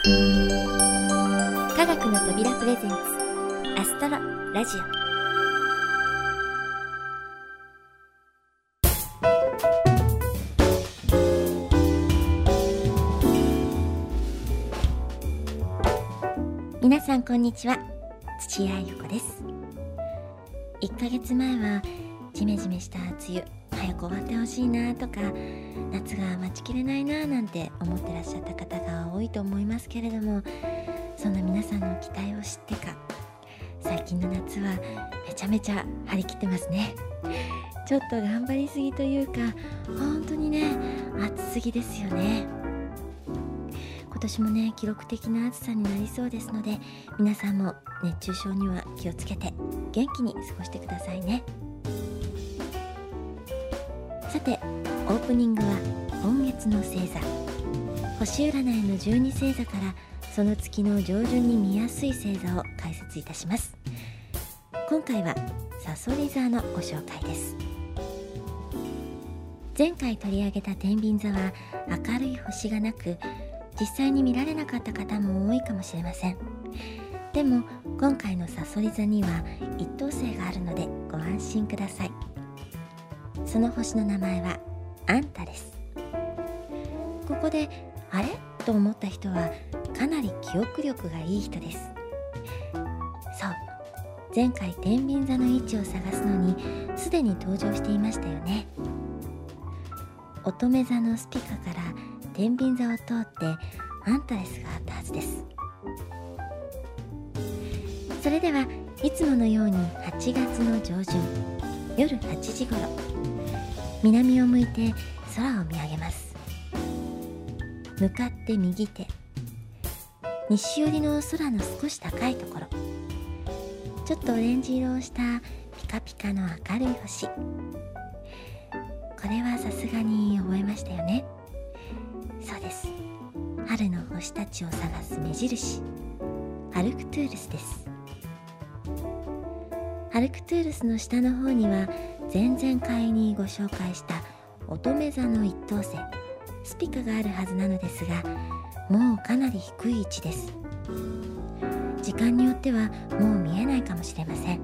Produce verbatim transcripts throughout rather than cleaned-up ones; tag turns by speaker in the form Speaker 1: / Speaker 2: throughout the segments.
Speaker 1: 科学の扉プレゼンツアストロラジオ。皆さんこんにちは、土屋ゆ子です。いっかげつまえはジメジメした梅雨早く終わってほしいなとか、夏が待ちきれないななんて思ってらっしゃった方が多いと思いますけれども、そんな皆さんの期待を知ってか最近の夏はめちゃめちゃ張り切ってますね。ちょっと頑張りすぎというか、本当にね暑すぎですよね。今年もね記録的な暑さになりそうですので、皆さんも熱中症には気をつけて元気に過ごしてくださいね。さて、オープニングは今月の星座、星占いのじゅうに星座からその月の上旬に見やすい星座を解説いたします。今回はさそり座のご紹介です。前回取り上げた天秤座は明るい星がなく、実際に見られなかった方も多いかもしれません。でも今回のさそり座には一等星があるのでご安心ください。その星の名前はアンタです。ここであれと思った人はかなり記憶力がいい人です。そう、前回天秤座の位置を探すのにすでに登場していましたよね。乙女座のスピカから天秤座を通ってアンタレスがあったはずです。それではいつものようにはちがつの上旬夜はちじごろ、南を向いて空を見上げます。向かって右手、西寄りの空の少し高いところ、ちょっとオレンジ色をしたピカピカの明るい星。これはさすがに覚えましたよね。そうです、春の星たちを探す目印、アルクトゥールスです。アルクトゥールスの下の方には前々回にご紹介した乙女座の一等星スピカがあるはずなのですが、もうかなり低い位置です。時間によってはもう見えないかもしれません。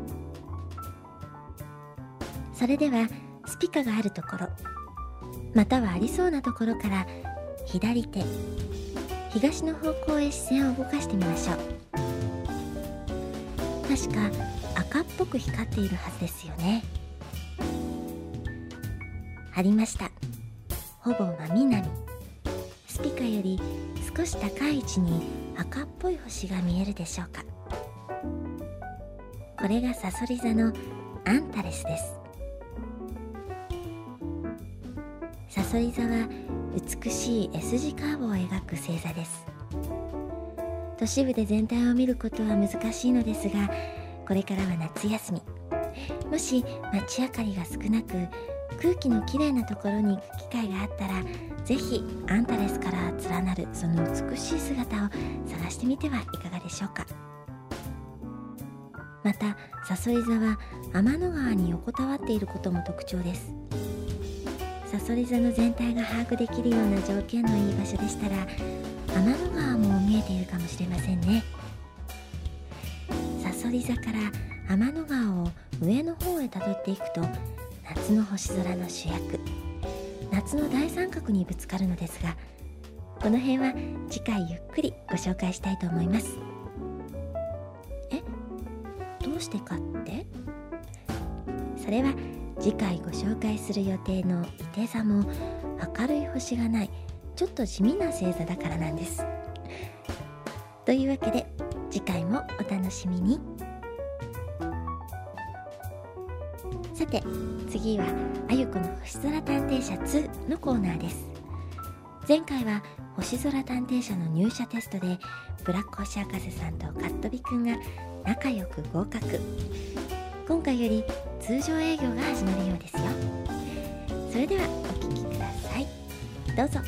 Speaker 1: それではスピカがあるところ、またはありそうなところから左手、東の方向へ視線を動かしてみましょう。確か赤っぽく光っているはずですよね。ありました。ほぼ真南、スピカより少し高い位置に赤っぽい星が見えるでしょうか。これがさそり座のアンタレスです。さそり座は美しい S 字カーブを描く星座です。都市部で全体を見ることは難しいのですが、これからは夏休み、もし街明かりが少なく空気のきれいなところに行く機会があったら、ぜひアンタレスから連なるその美しい姿を探してみてはいかがでしょうか。またさそり座は天の川に横たわっていることも特徴です。さそり座の全体が把握できるような条件のいい場所でしたら、天の川も見えているかもしれませんね。さそり座から天の川を上の方へたどっていくと、夏の星空の主役、夏の大三角にぶつかるのですが、この辺は次回ゆっくりご紹介したいと思います。え、どうしてかって？それは次回ご紹介する予定のいて座も明るい星がないちょっと地味な星座だからなんです。というわけで次回もお楽しみに。さて次はあゆこの星空探偵社ツーのコーナーです。前回は星空探偵社の入社テストでブラック星博士さんとカットビくんが仲良く合格。今回より通常営業が始まるようですよ。それではお聞きください。どうぞ。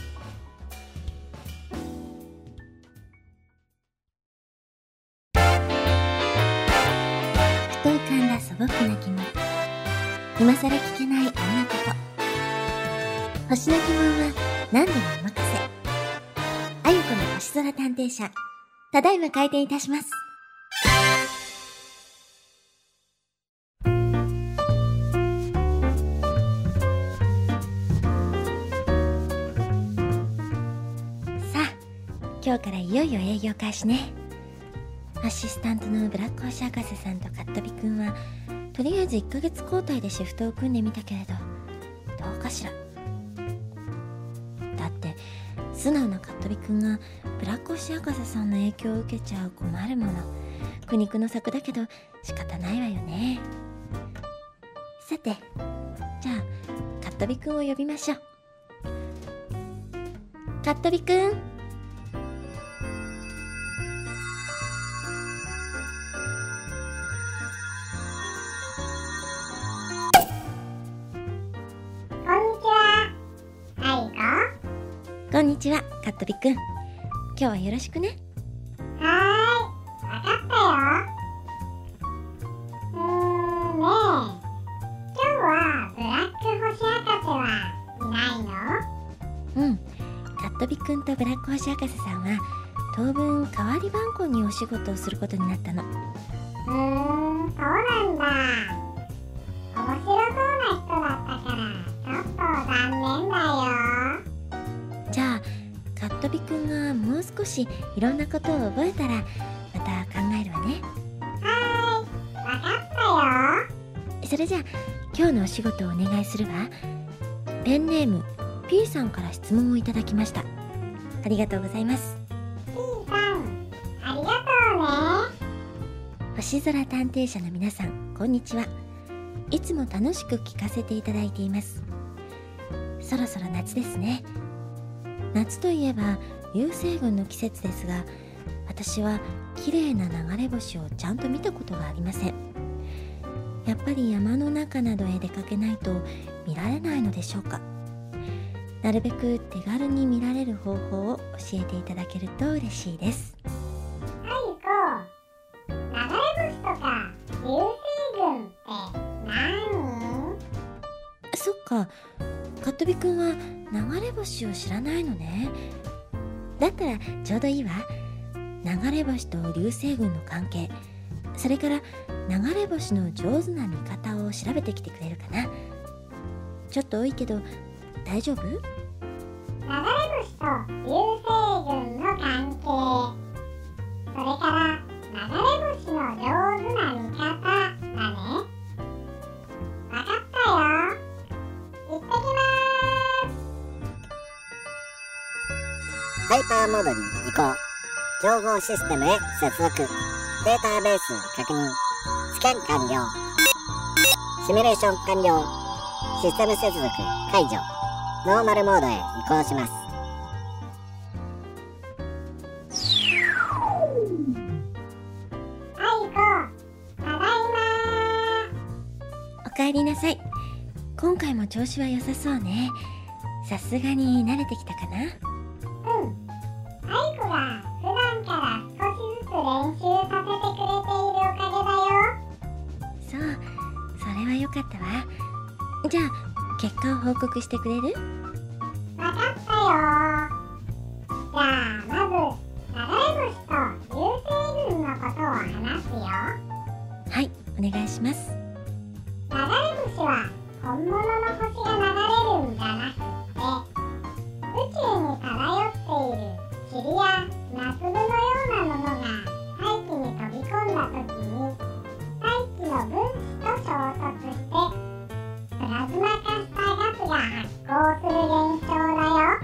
Speaker 1: ふと浮かんだ素朴な疑問、今更聞けないあんなこと。星の疑問は何でもお任せ。あゆこの星空探偵社、ただいま開店いたします。さあ、今日からいよいよ営業開始ね。アシスタントのブラック星博士さんとカットビくんはとりあえずいっかげつ交代でシフトを組んでみたけれど、どうかしら。だって素直なカットビくんがブラック星博士さんの影響を受けちゃう困るもの。苦肉の策だけど仕方ないわよね。さて、じゃあカットビくんを呼びましょう。カットビくん。こんにちは、カットビくん。今日はよろしくね。
Speaker 2: はーい、わかったよ。うーんねえ、今日はブラック星博士はいないの？
Speaker 1: うん、カットビくんとブラック星博士さんは当分代わり番号にお仕事をすることになったの。
Speaker 2: うーん、そうなんだ。面白そうな人だったからちょっと残念だよ。
Speaker 1: じゃあカットビくんがもう少しいろんなことを覚えたらまた考えるわね。
Speaker 2: はーい、わかったよ。
Speaker 1: それじゃあ今日のお仕事をお願いするわ。ペンネーム P さんから質問をいただきました。ありがとうございます。
Speaker 2: P さん、ありがとうね。
Speaker 1: 星空探偵社の皆さん、こんにちは。いつも楽しく聞かせていただいています。そろそろ夏ですね。夏といえば流星群の季節ですが、私は綺麗な流れ星をちゃんと見たことがありません。やっぱり山の中などへ出かけないと見られないのでしょうか。なるべく手軽に見られる方法を教えていただけると嬉しいです。
Speaker 2: はい、こう、流れ星とか流星群って何？
Speaker 1: そっか、カットビくんは流れ星を知らないのね。だったらちょうどいいわ。流れ星と流星群の関係、それから流れ星の上手な見方を調べてきてくれるかな。ちょっと多いけど大丈夫？
Speaker 2: 流れ星と流星群の関係、それから流れ星の上手な見方だね。わかったよ。行ってきまーす。
Speaker 3: ハイパーモードに移行。情報システムへ接続。データベース確認。スキャン完了。シミュレーション完了。システム接続解除。ノーマルモードへ移行します。
Speaker 2: はいこ、ただいま
Speaker 1: おかえりなさい。今回も調子は良さそうね。さすがに慣れてきたかな？
Speaker 2: ー。うん。アイコが普段から少しずつ練習させてくれているおかげだよ。
Speaker 1: そう、それは良かったわ。じゃあ結果を報告してくれる？
Speaker 2: わかったよ。じゃあまず流れ星と流星群のことを話すよ。
Speaker 1: はい、お願いします。
Speaker 2: 流れ星は本物の星が流れるんじゃなくて、宇宙に漂っている塵や砂粒のようなものが大気に飛び込んだ時に大気の分子と衝突してプラズマ化したガスが発光する現象だよ。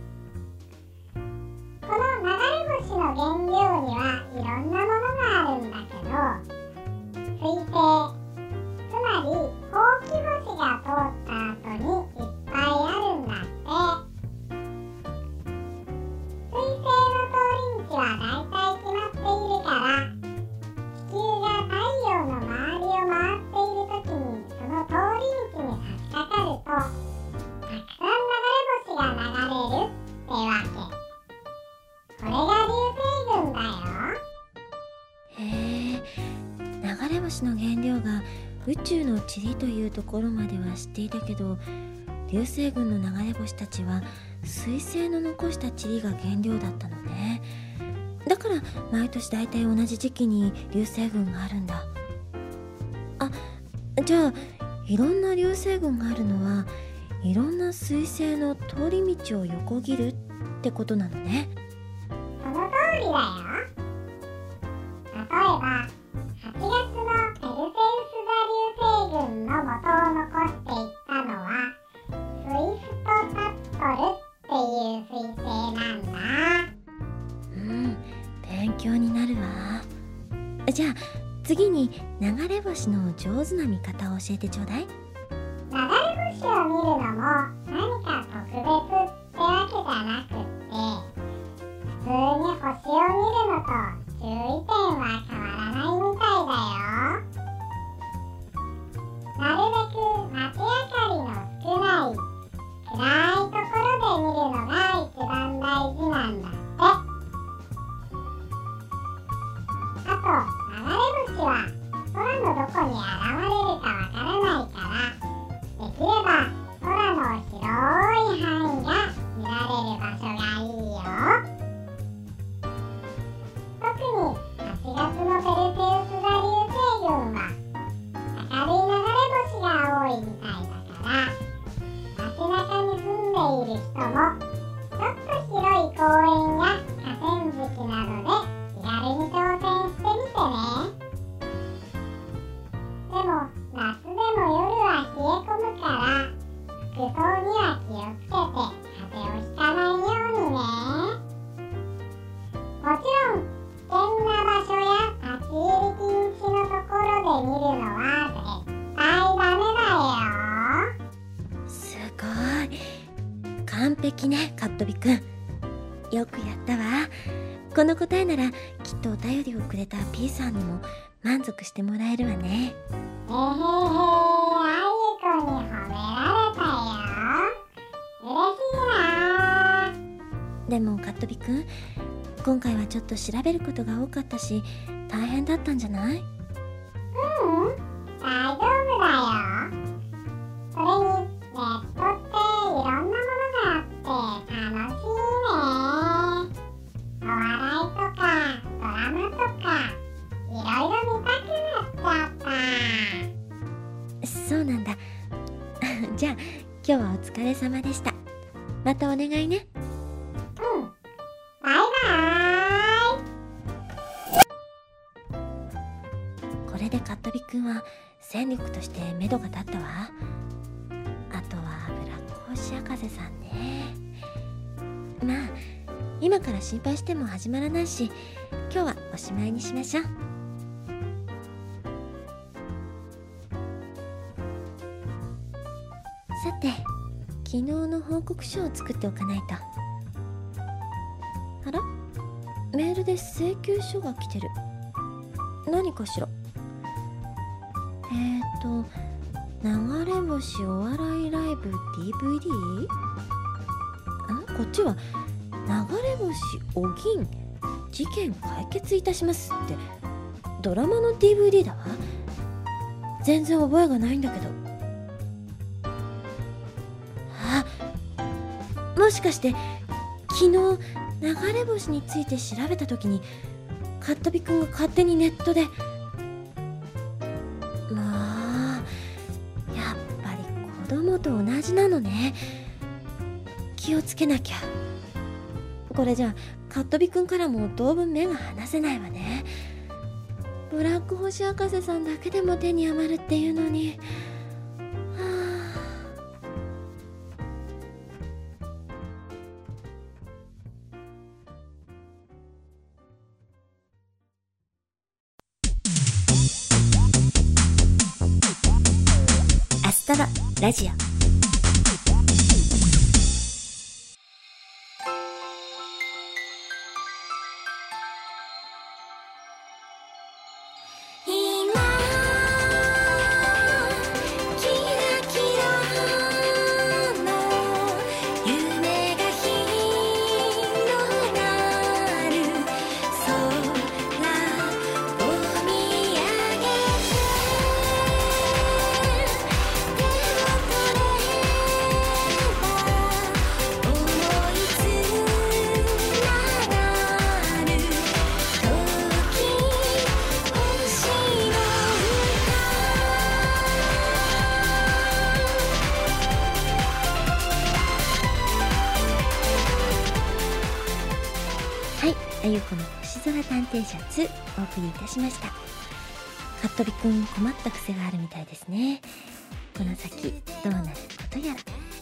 Speaker 2: この流れ星の原料にはいろんなものがあるんだけど、水星、つまりほうき星が通った後にいっぱいあるんだって。水星の通り道はだいたい決まっているから、地球が太陽の周りを回っている時にその通り道に差し掛かるとたくさん流れ星が流れるってわけ。これが流星群だよ。
Speaker 1: へえ、流れ星の原料が宇宙の塵というところまでは知っていたけど、流星群の流れ星たちは水星の残した塵が原料だったのね。 ね。だから毎年だいたい同じ時期に流星群があるんだ。あ、じゃあいろんな流星群があるのはいろんな彗星の通り道を横切るってことなのね。
Speaker 2: その通りだよ。例えばはちがつのペルセウス座流星群の元を残していったのはスイフトタットルっていう彗星なんだ。
Speaker 1: うん、勉強になるわ。じゃあ次に流れ星の上手な見方を教えてちょうだい。
Speaker 2: 流れ星を見るのも何か特別ってわけじゃなくって、普通に星を見るのと注意点は変わらないみたいだよ。なるべく街明かりの少ない暗いところで見るのが一番大事なんだって。あと流れ星は空のどこに現れるかわからないから、できれば空の広い範囲が見られる場所がいいよ。特にはちがつのペルセウス座流星群は明るい流れ星が多いみたいだから、街中に住んでいる人もちょっと広い公園や河川敷などで気軽に挑戦してみてね。でも夏でも夜は冷え込むから服装には気をつけて風邪をひかないようにね。もちろん危険な場所や立ち入り禁止のところで見るのは絶対ダメだよ。
Speaker 1: すごい完璧ね、カットビくん。よくやったわ。この答えならきっとお便りをくれた P さんにも満足してもらえるわね。
Speaker 2: えへへ、あゆこに褒められたよ。嬉しいな。
Speaker 1: でもカットビくん、今回はちょっと調べることが多かったし大変だったんじゃない？
Speaker 2: ううん、大丈夫だよ。それにネットっていろんなものがあって楽しいね。お笑いとかドラマとかいろいろ見たくなっちゃった。
Speaker 1: そうなんだ。じゃあ今日はお疲れ様でした。またお願いね。
Speaker 2: うん、バイバーイ。
Speaker 1: これでカットビくんは戦力として目処が立ったわ。あとはブラック星博士さんね。まあ今から心配しても始まらないし、今日はおしまいにしましょう。さて、昨日の報告書を作っておかないと。あら？メールで請求書が来てる。何かしら？えーと、流れ星お笑いライブ ディーブイディー？ ん？こっちは流れ星お銀事件解決いたしますってドラマの ディーブイディー だわ。全然覚えがないんだけど。あ、もしかして昨日流れ星について調べた時にカットビくんが勝手にネットで。まあやっぱり子供と同じなのね。気をつけなきゃ。これじゃカットビくんからも当分目が離せないわね。ブラック星博士さんだけでも手に余るっていうのに。はあ、アストロラジオ。
Speaker 4: 手を取れ
Speaker 1: ゆうこの星空探偵社ツーお送りいたしました。かっとびくん困った癖があるみたいですね。この先どうなることやら。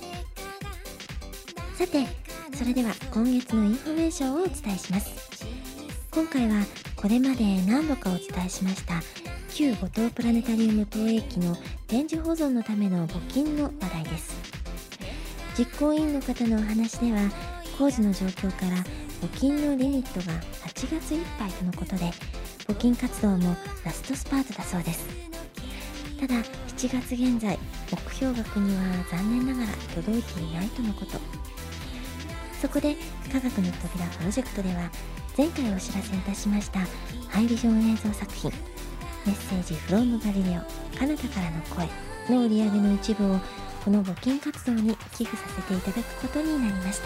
Speaker 1: さて、それでは今月のインフォメーションをお伝えします。今回はこれまで何度かお伝えしました旧五島プラネタリウム投影機の展示保存のための募金の話題です。実行委員の方のお話では、工事の状況から募金のリミットがはちがついっぱいとのことで、募金活動もラストスパートだそうです。ただしちがつ現在、目標額には残念ながら届いていないとのこと。そこで科学の扉プロジェクトでは、前回お知らせいたしましたハイビジョン映像作品メッセージフロムガリレオ彼方からの声の売り上げの一部をこの募金活動に寄付させていただくことになりました。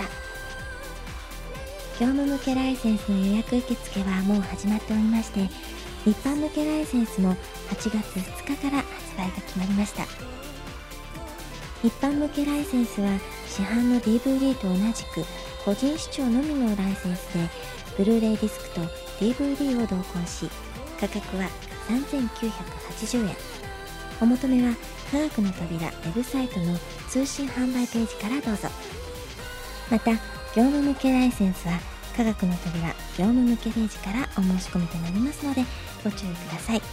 Speaker 1: 業務向けライセンスの予約受付はもう始まっておりまして、一般向けライセンスもはちがつふつかから発売が決まりました。一般向けライセンスは市販の ディーブイディー と同じく個人視聴のみのライセンスで、ブルーレイディスクと ディーブイディー を同梱し、価格はさんぜんきゅうひゃくはちじゅうえん。お求めは科学の扉ウェブサイトの通信販売ページからどうぞ。また業務向けライセンスは科学の扉業務向けページからお申し込みとなりますのでご注意ください。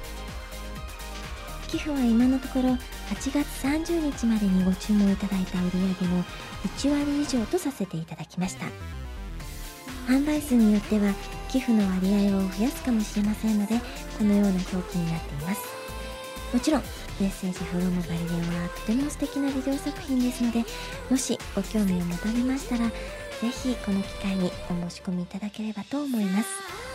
Speaker 1: 寄付は今のところはちがつさんじゅうにちまでにご注文いただいた売上のいちわり以上とさせていただきました。販売数によっては寄付の割合を増やすかもしれませんので、このような表記になっています。もちろんメッセージフロムガリレオはとても素敵なビデオ作品ですので、もしご興味を持たれましたら、ぜひこの機会にお申し込みいただければと思います。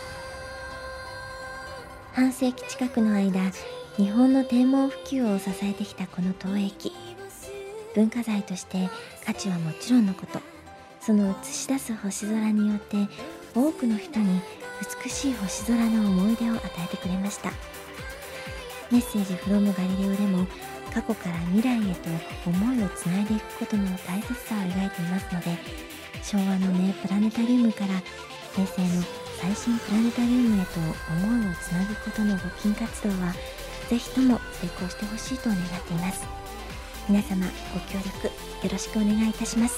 Speaker 1: 半世紀近くの間、日本の天文普及を支えてきたこの投影機、文化財として価値はもちろんのこと、その映し出す星空によって多くの人に美しい星空の思い出を与えてくれました。メッセージフロムガリレオでも過去から未来へと思いをつないでいくことの大切さを描いていますので、昭和の名プラネタリウムから平成の最新プラネタリウムへと思いをつなぐことの募金活動はぜひとも成功してほしいと願っています。皆様ご協力よろしくお願いいたします。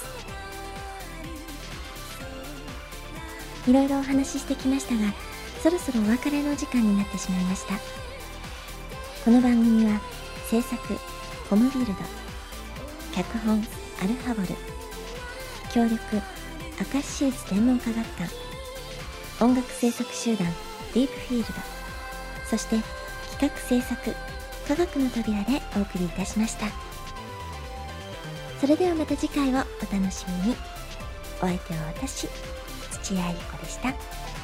Speaker 1: いろいろお話ししてきましたが、そろそろお別れの時間になってしまいました。この番組は制作コムビルド、脚本アルファボル、協力明石市立天文科学館、音楽制作集団ディープフィールド、そして企画制作科学の扉でお送りいたしました。それではまた次回をお楽しみに。お相手は私、土屋ゆ子でした。